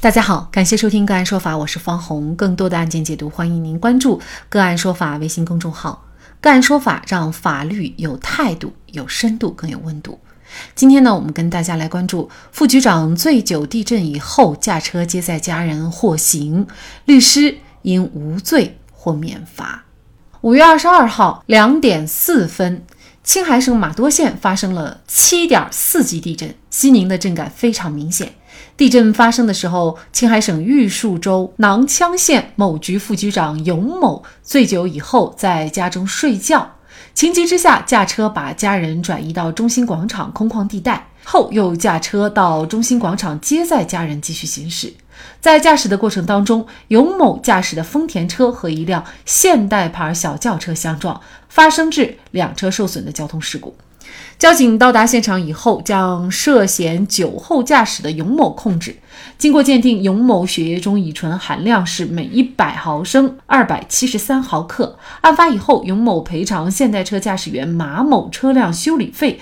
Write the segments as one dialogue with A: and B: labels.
A: 大家好，感谢收听个案说法，我是方红。更多的案件解读，欢迎您关注个案说法微信公众号。个案说法让法律有态度、有深度、更有温度。今天呢，我们跟大家来关注副局长醉酒地震以后驾车接载家人获刑，律师因无罪获免罚。5月22号2点4分，青海省玛多县发生了7.4级地震，西宁的震感非常明显。地震发生的时候，青海省玉树州囊羌县某局副局长尤某醉酒以后在家中睡觉，情急之下驾车把家人转移到中心广场空旷地带，后又驾车到中心广场接载家人继续行驶。在驾驶的过程当中，尤某驾驶的丰田车和一辆现代牌小轿车相撞，发生致两车受损的交通事故。交警到达现场以后，将涉嫌酒后驾驶的尤某控制。经过鉴定，尤某血液中乙醇含量是每100毫升273毫克。案发以后，尤某赔偿现代车驾驶员马某车辆修理费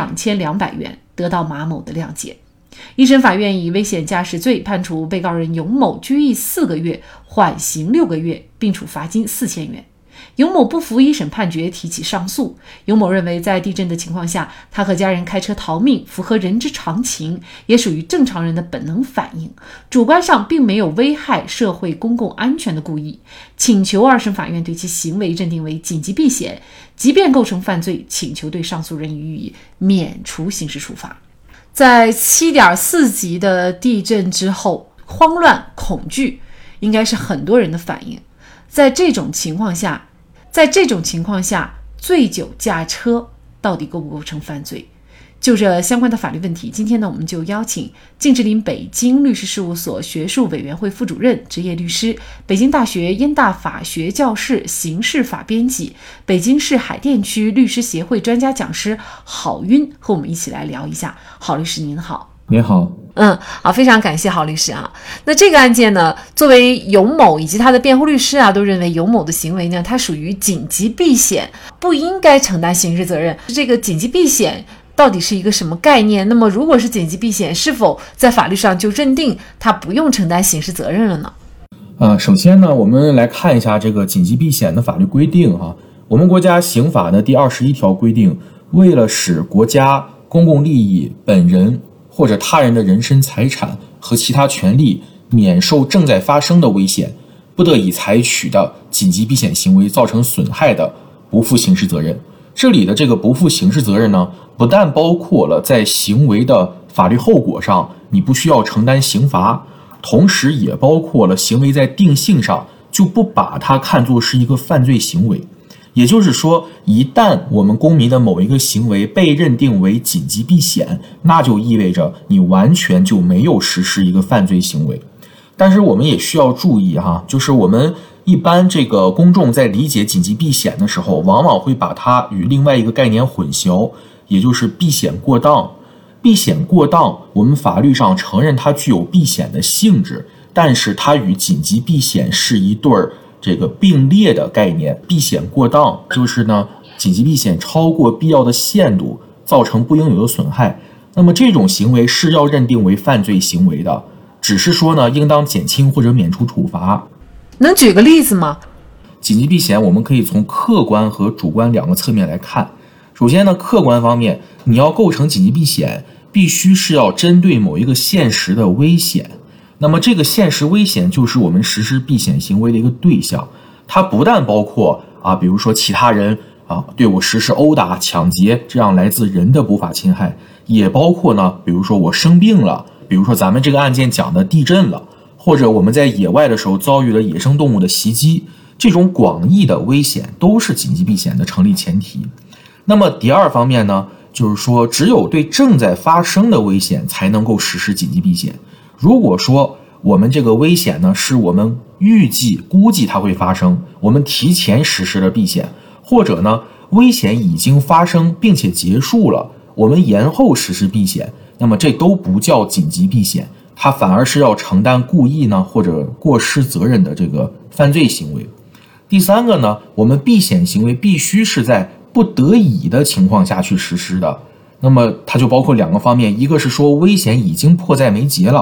A: 2200元，得到马某的谅解。一审法院以危险驾驶罪判处被告人尤某拘役4个月，缓刑6个月，并处罚金4000元。尤某不服一审判决，提起上诉。尤某认为，在地震的情况下，他和家人开车逃命，符合人之常情，也属于正常人的本能反应，主观上并没有危害社会公共安全的故意，请求二审法院对其行为认定为紧急避险，即便构成犯罪，请求对上诉人予以免除刑事处罚。在7.4级的地震之后，慌乱、恐惧应该是很多人的反应。在这种情况下，醉酒驾车到底构不构成犯罪？就这相关的法律问题，今天呢，我们就邀请晋志林北京律师事务所学术委员会副主任、执业律师，北京大学燕大法学教室刑事法编辑，北京市海淀区律师协会专家讲师郝晕和我们一起来聊一下。郝律师您好。
B: 您好。
A: 好，非常感谢郝律师啊。那这个案件呢，作为尤某以及他的辩护律师啊，都认为尤某的行为呢，它属于紧急避险，不应该承担刑事责任。这个紧急避险到底是一个什么概念？那么如果是紧急避险，是否在法律上就认定他不用承担刑事责任了呢？
B: 首先呢，我们来看一下这个紧急避险的法律规定哈。我们国家刑法的第21条规定，为了使国家公共利益、本人或者他人的人身财产和其他权利免受正在发生的危险，不得已采取的紧急避险行为造成损害的，不负刑事责任。这里的这个不负刑事责任呢，不但包括了在行为的法律后果上你不需要承担刑罚，同时也包括了行为在定性上就不把它看作是一个犯罪行为。也就是说，一旦我们公民的某一个行为被认定为紧急避险，那就意味着你完全就没有实施一个犯罪行为。但是我们也需要注意哈，就是我们一般这个公众在理解紧急避险的时候，往往会把它与另外一个概念混淆，也就是避险过当。避险过当，我们法律上承认它具有避险的性质，但是它与紧急避险是一对这个并列的概念。避险过当就是呢，紧急避险超过必要的限度，造成不应有的损害。那么这种行为是要认定为犯罪行为的，只是说呢，应当减轻或者免除处罚。
A: 能举个例子吗？
B: 紧急避险我们可以从客观和主观两个侧面来看。首先呢，客观方面，你要构成紧急避险，必须是要针对某一个现实的危险。那么这个现实危险就是我们实施避险行为的一个对象，它不但包括比如说其他人对我实施殴打、抢劫这样来自人的不法侵害，也包括呢，比如说我生病了，比如说咱们这个案件讲的地震了，或者我们在野外的时候遭遇了野生动物的袭击，这种广义的危险都是紧急避险的成立前提。那么第二方面呢，就是说只有对正在发生的危险才能够实施紧急避险。如果说我们这个危险呢，是我们估计它会发生，我们提前实施了避险，或者呢，危险已经发生并且结束了，我们延后实施避险，那么这都不叫紧急避险，它反而是要承担故意呢或者过失责任的这个犯罪行为。第三个呢，我们避险行为必须是在不得已的情况下去实施的，那么它就包括两个方面，一个是说危险已经迫在眉睫了，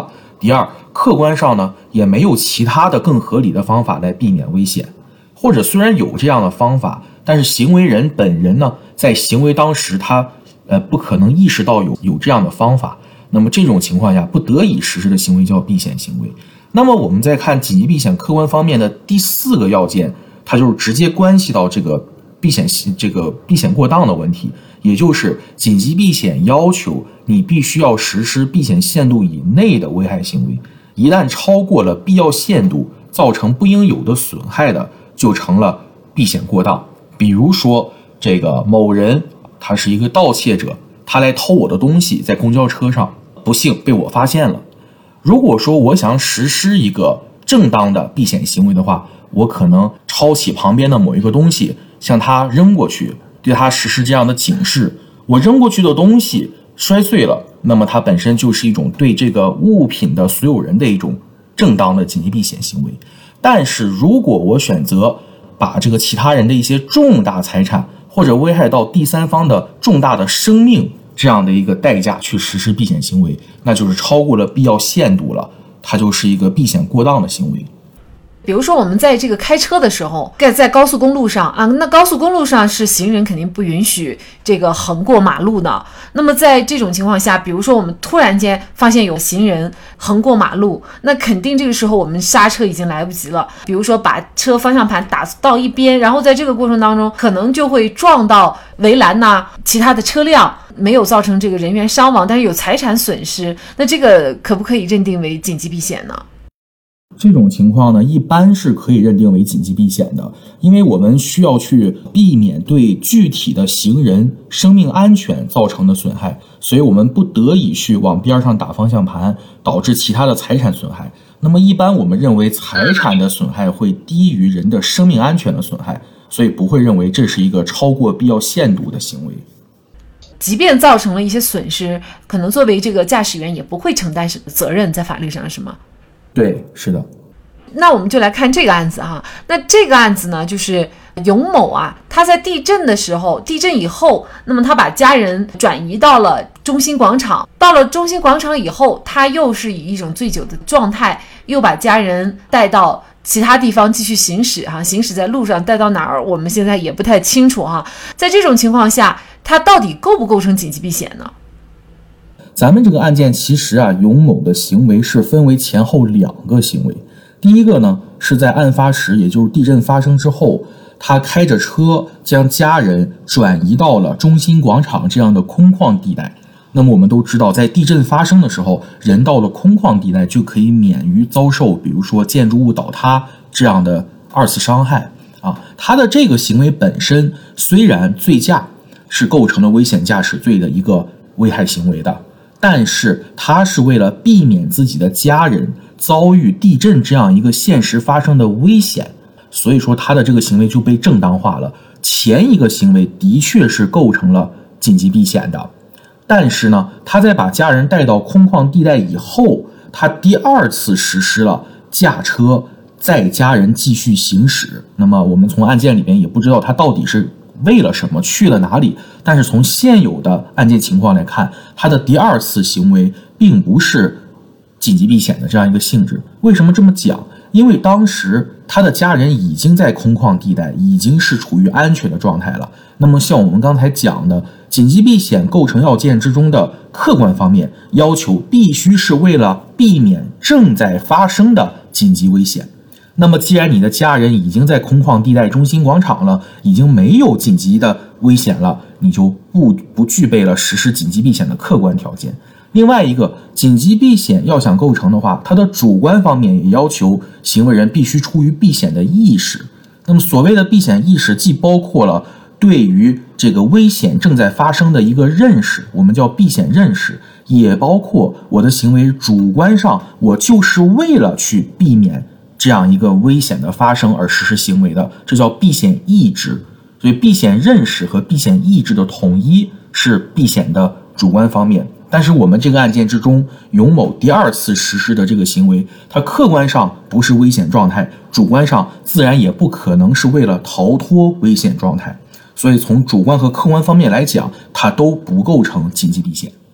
B: 第二，客观上呢也没有其他的更合理的方法来避免危险，或者虽然有这样的方法，但是行为人本人呢在行为当时他不可能意识到有这样的方法，那么这种情况下不得已实施的行为叫避险行为。那么我们再看紧急避险客观方面的第4个要件，它就是直接关系到这个避险过当的问题，也就是紧急避险要求你必须要实施避险限度以内的危害行为，一旦超过了必要限度，造成不应有的损害的，就成了避险过当。比如说这个某人他是一个盗窃者，他来偷我的东西，在公交车上不幸被我发现了。如果说我想实施一个正当的避险行为的话，我可能抄起旁边的某一个东西向他扔过去，对他实施这样的警示。我扔过去的东西摔碎了，那么它本身就是一种对这个物品的所有人的一种正当的紧急避险行为。但是如果我选择把这个其他人的一些重大财产或者危害到第三方的重大的生命这样的一个代价去实施避险行为，那就是超过了必要限度了，它就是一个避险过当的行为。
A: 比如说我们在这个开车的时候，在高速公路上啊，那高速公路上是行人肯定不允许这个横过马路的。那么在这种情况下，比如说我们突然间发现有行人横过马路，那肯定这个时候我们刹车已经来不及了。比如说把车方向盘打到一边，然后在这个过程当中可能就会撞到围栏呐，其他的车辆，没有造成这个人员伤亡，但是有财产损失，那这个可不可以认定为紧急避险呢？
B: 这种情况呢，一般是可以认定为紧急避险的，因为我们需要去避免对具体的行人生命安全造成的损害，所以我们不得已去往边上打方向盘，导致其他的财产损害。那么一般我们认为财产的损害会低于人的生命安全的损害，所以不会认为这是一个超过必要限度的行为。
A: 即便造成了一些损失，可能作为这个驾驶员也不会承担责任，在法律上是吗？
B: 对，是的。
A: 那我们就来看这个案子哈。那这个案子呢，就是永某啊，他在地震的时候，地震以后，那么他把家人转移到了中心广场。到了中心广场以后，他又是以一种醉酒的状态，又把家人带到其他地方继续行驶哈，行驶在路上带到哪儿，我们现在也不太清楚哈。在这种情况下，他到底构不构成紧急避险呢？
B: 咱们这个案件其实啊，永某的行为是分为前后2个行为。第一个呢，是在案发时，也就是地震发生之后，他开着车将家人转移到了中心广场这样的空旷地带。那么我们都知道，在地震发生的时候，人到了空旷地带就可以免于遭受比如说建筑物倒塌这样的2次伤害啊。他的这个行为本身虽然醉驾是构成了危险驾驶罪的一个危害行为的，但是他是为了避免自己的家人遭遇地震这样一个现实发生的危险，所以说他的这个行为就被正当化了。前一个行为的确是构成了紧急避险的，但是呢，他在把家人带到空旷地带以后，他第2次实施了驾车载家人继续行驶。那么我们从案件里边也不知道他到底是为了什么，去了哪里，但是从现有的案件情况来看，他的第2次行为并不是紧急避险的这样一个性质。为什么这么讲？因为当时他的家人已经在空旷地带，已经是处于安全的状态了。那么像我们刚才讲的紧急避险构成要件之中的客观方面要求，必须是为了避免正在发生的紧急危险。那么既然你的家人已经在空旷地带中心广场了，已经没有紧急的危险了，你就不具备了实施紧急避险的客观条件。另外一个，紧急避险要想构成的话，它的主观方面也要求行为人必须出于避险的意识。那么所谓的避险意识，既包括了对于这个危险正在发生的一个认识，我们叫避险认识，也包括我的行为主观上我就是为了去避免这样一个危险的发生而实施行为的，这叫避险意志。所以避险认识和避险意志的统一是避险的主观方面。但是我们这个案件之中，永某第2次实施的这个行为，它客观上不是危险状态，主观上自然也不可能是为了逃脱危险状态，所以从主观和客观方面来讲，它都不构成紧急避险。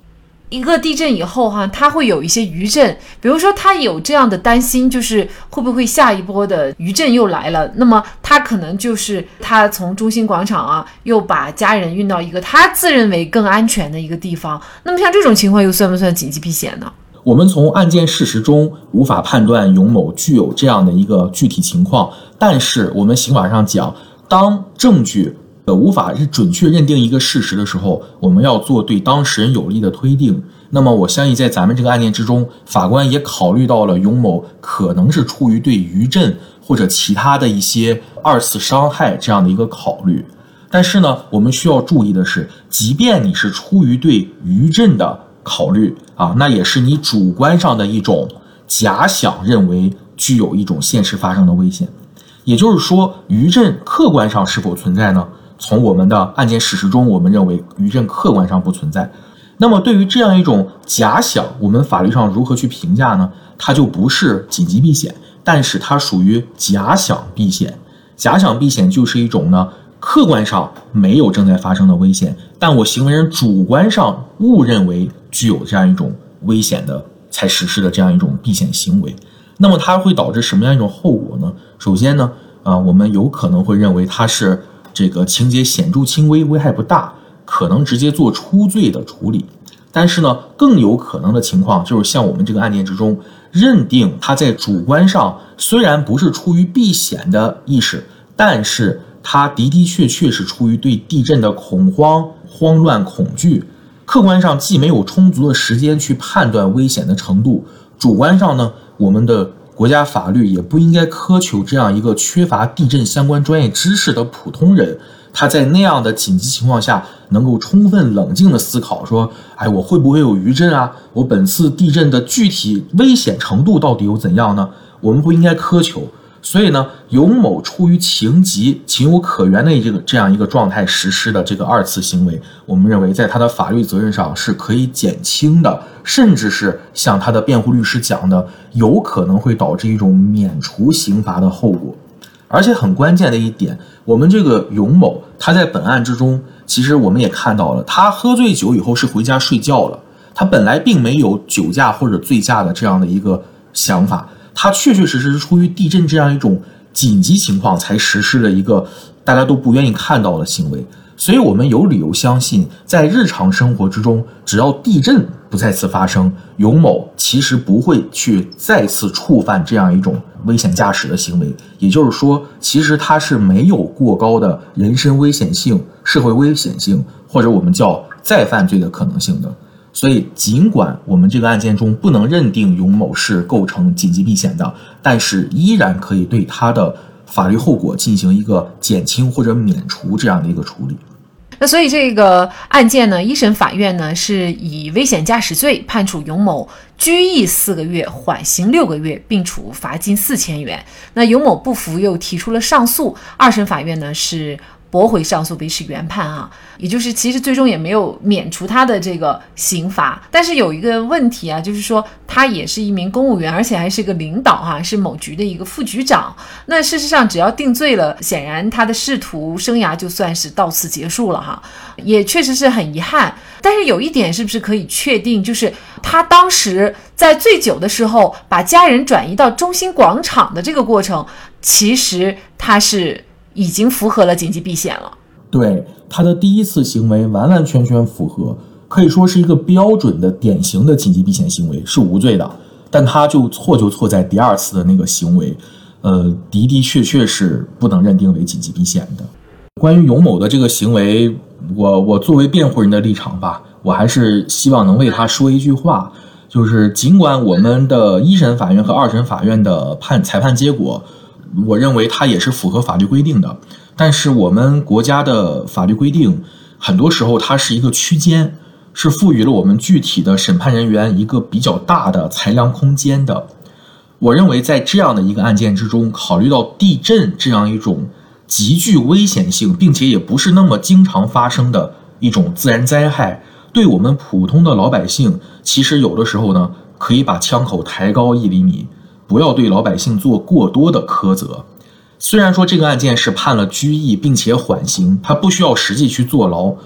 A: 一个地震以后哈，它会有一些余震，比如说他有这样的担心，就是会不会下一波的余震又来了，那么他可能就是他从中心广场啊，又把家人运到一个他自认为更安全的一个地方，那么像这种情况又算不算紧急避险呢？
B: 我们从案件事实中无法判断永某具有这样的一个具体情况，但是我们刑法上讲，当证据无法准确认定一个事实的时候，我们要做对当事人有利的推定。那么我相信在咱们这个案件之中，法官也考虑到了永某可能是出于对余震或者其他的一些二次伤害这样的一个考虑。但是呢，我们需要注意的是，即便你是出于对余震的考虑啊，那也是你主观上的一种假想，认为具有一种现实发生的危险。也就是说，余震客观上是否存在呢？从我们的案件事实中，我们认为余震客观上不存在。那么对于这样一种假想，我们法律上如何去评价呢？它就不是紧急避险，但是它属于假想避险。假想避险就是一种呢，客观上没有正在发生的危险，但我行为人主观上误认为具有这样一种危险的才实施的这样一种避险行为。那么它会导致什么样一种后果呢？首先呢，我们有可能会认为它是这个情节显著轻微，危害不大，可能直接做出罪的处理。但是呢，更有可能的情况就是像我们这个案件之中，认定他在主观上虽然不是出于避险的意识，但是他的确是出于对地震的恐慌、慌乱、恐惧，客观上既没有充足的时间去判断危险的程度，主观上呢，我们的国家法律也不应该苛求这样一个缺乏地震相关专业知识的普通人，他在那样的紧急情况下能够充分冷静的思考说，我会不会有余震啊？我本次地震的具体危险程度到底有怎样呢？我们不应该苛求。所以呢，永某出于情急、情有可原的这样一个状态实施的这个二次行为，我们认为在他的法律责任上是可以减轻的，甚至是像他的辩护律师讲的，有可能会导致一种免除刑罚的后果。而且很关键的一点，我们这个永某他在本案之中，其实我们也看到了，他喝醉酒以后是回家睡觉了，他本来并没有酒驾或者醉驾的这样的一个想法，他确实是出于地震这样一种紧急情况才实施了一个大家都不愿意看到的行为。所以我们有理由相信，在日常生活之中，只要地震不再次发生，永某其实不会去再次触犯这样一种危险驾驶的行为。也就是说，其实他是没有过高的人身危险性、社会危险性，或者我们叫再犯罪的可能性的。所以尽管我们这个案件中不能认定永某是构成紧急避险的，但是依然可以对他的法律后果进行一个减轻或者免除这样的一个处理。
A: 那所以这个案件呢，一审法院呢是以危险驾驶罪判处永某拘役4个月，缓刑6个月，并处罚金4000元。那永某不服，又提出了上诉，二审法院呢是驳回上诉，维持原判啊，也就是其实最终也没有免除他的这个刑罚。但是有一个问题啊，就是说他也是一名公务员，而且还是个领导哈，是某局的一个副局长。那事实上只要定罪了，显然他的仕途生涯就算是到此结束了哈，也确实是很遗憾。但是有一点是不是可以确定，就是他当时在醉酒的时候把家人转移到中心广场的这个过程，其实他是已经符合了紧急避险了。
B: 对，他的第一次行为完完全全符合，可以说是一个标准的典型的紧急避险行为，是无罪的。但他就错在第二次的那个行为，的确是不能认定为紧急避险的。关于永某的这个行为，我作为辩护人的立场吧，我还是希望能为他说一句话，就是尽管我们的一审法院和二审法院的裁判结果，我认为它也是符合法律规定的，但是我们国家的法律规定很多时候它是一个区间，是赋予了我们具体的审判人员一个比较大的裁量空间的。我认为在这样的一个案件之中，考虑到地震这样一种极具危险性并且也不是那么经常发生的一种自然灾害，对我们普通的老百姓，其实有的时候呢，可以把枪口抬高1厘米，不要对老百姓做过多的苛责。虽然说这个案件是判了拘役并且缓刑，他不需要实际去坐牢，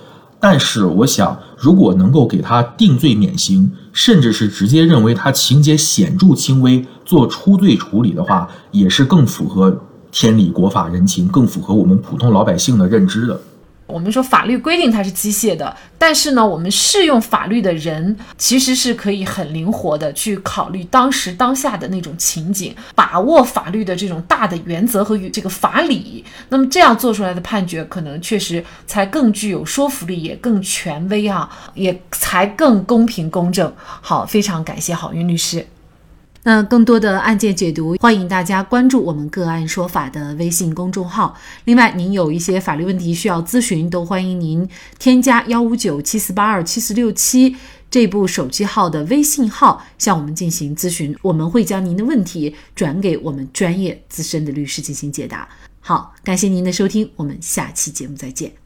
B: 但是我想，如果能够给他定罪免刑，甚至是直接认为他情节显著轻微做出罪处理的话，也是更符合天理国法人情，更符合我们普通老百姓的认知的。
A: 我们说法律规定它是机械的，但是呢，我们适用法律的人其实是可以很灵活的去考虑当时当下的那种情景，把握法律的这种大的原则和这个法理，那么这样做出来的判决可能确实才更具有说服力，也更权威啊，也才更公平公正。好，非常感谢郝云律师。那更多的案件解读，欢迎大家关注我们个案说法的微信公众号。另外，您有一些法律问题需要咨询，都欢迎您添加15974827467这部手机号的微信号向我们进行咨询，我们会将您的问题转给我们专业资深的律师进行解答。好，感谢您的收听，我们下期节目再见。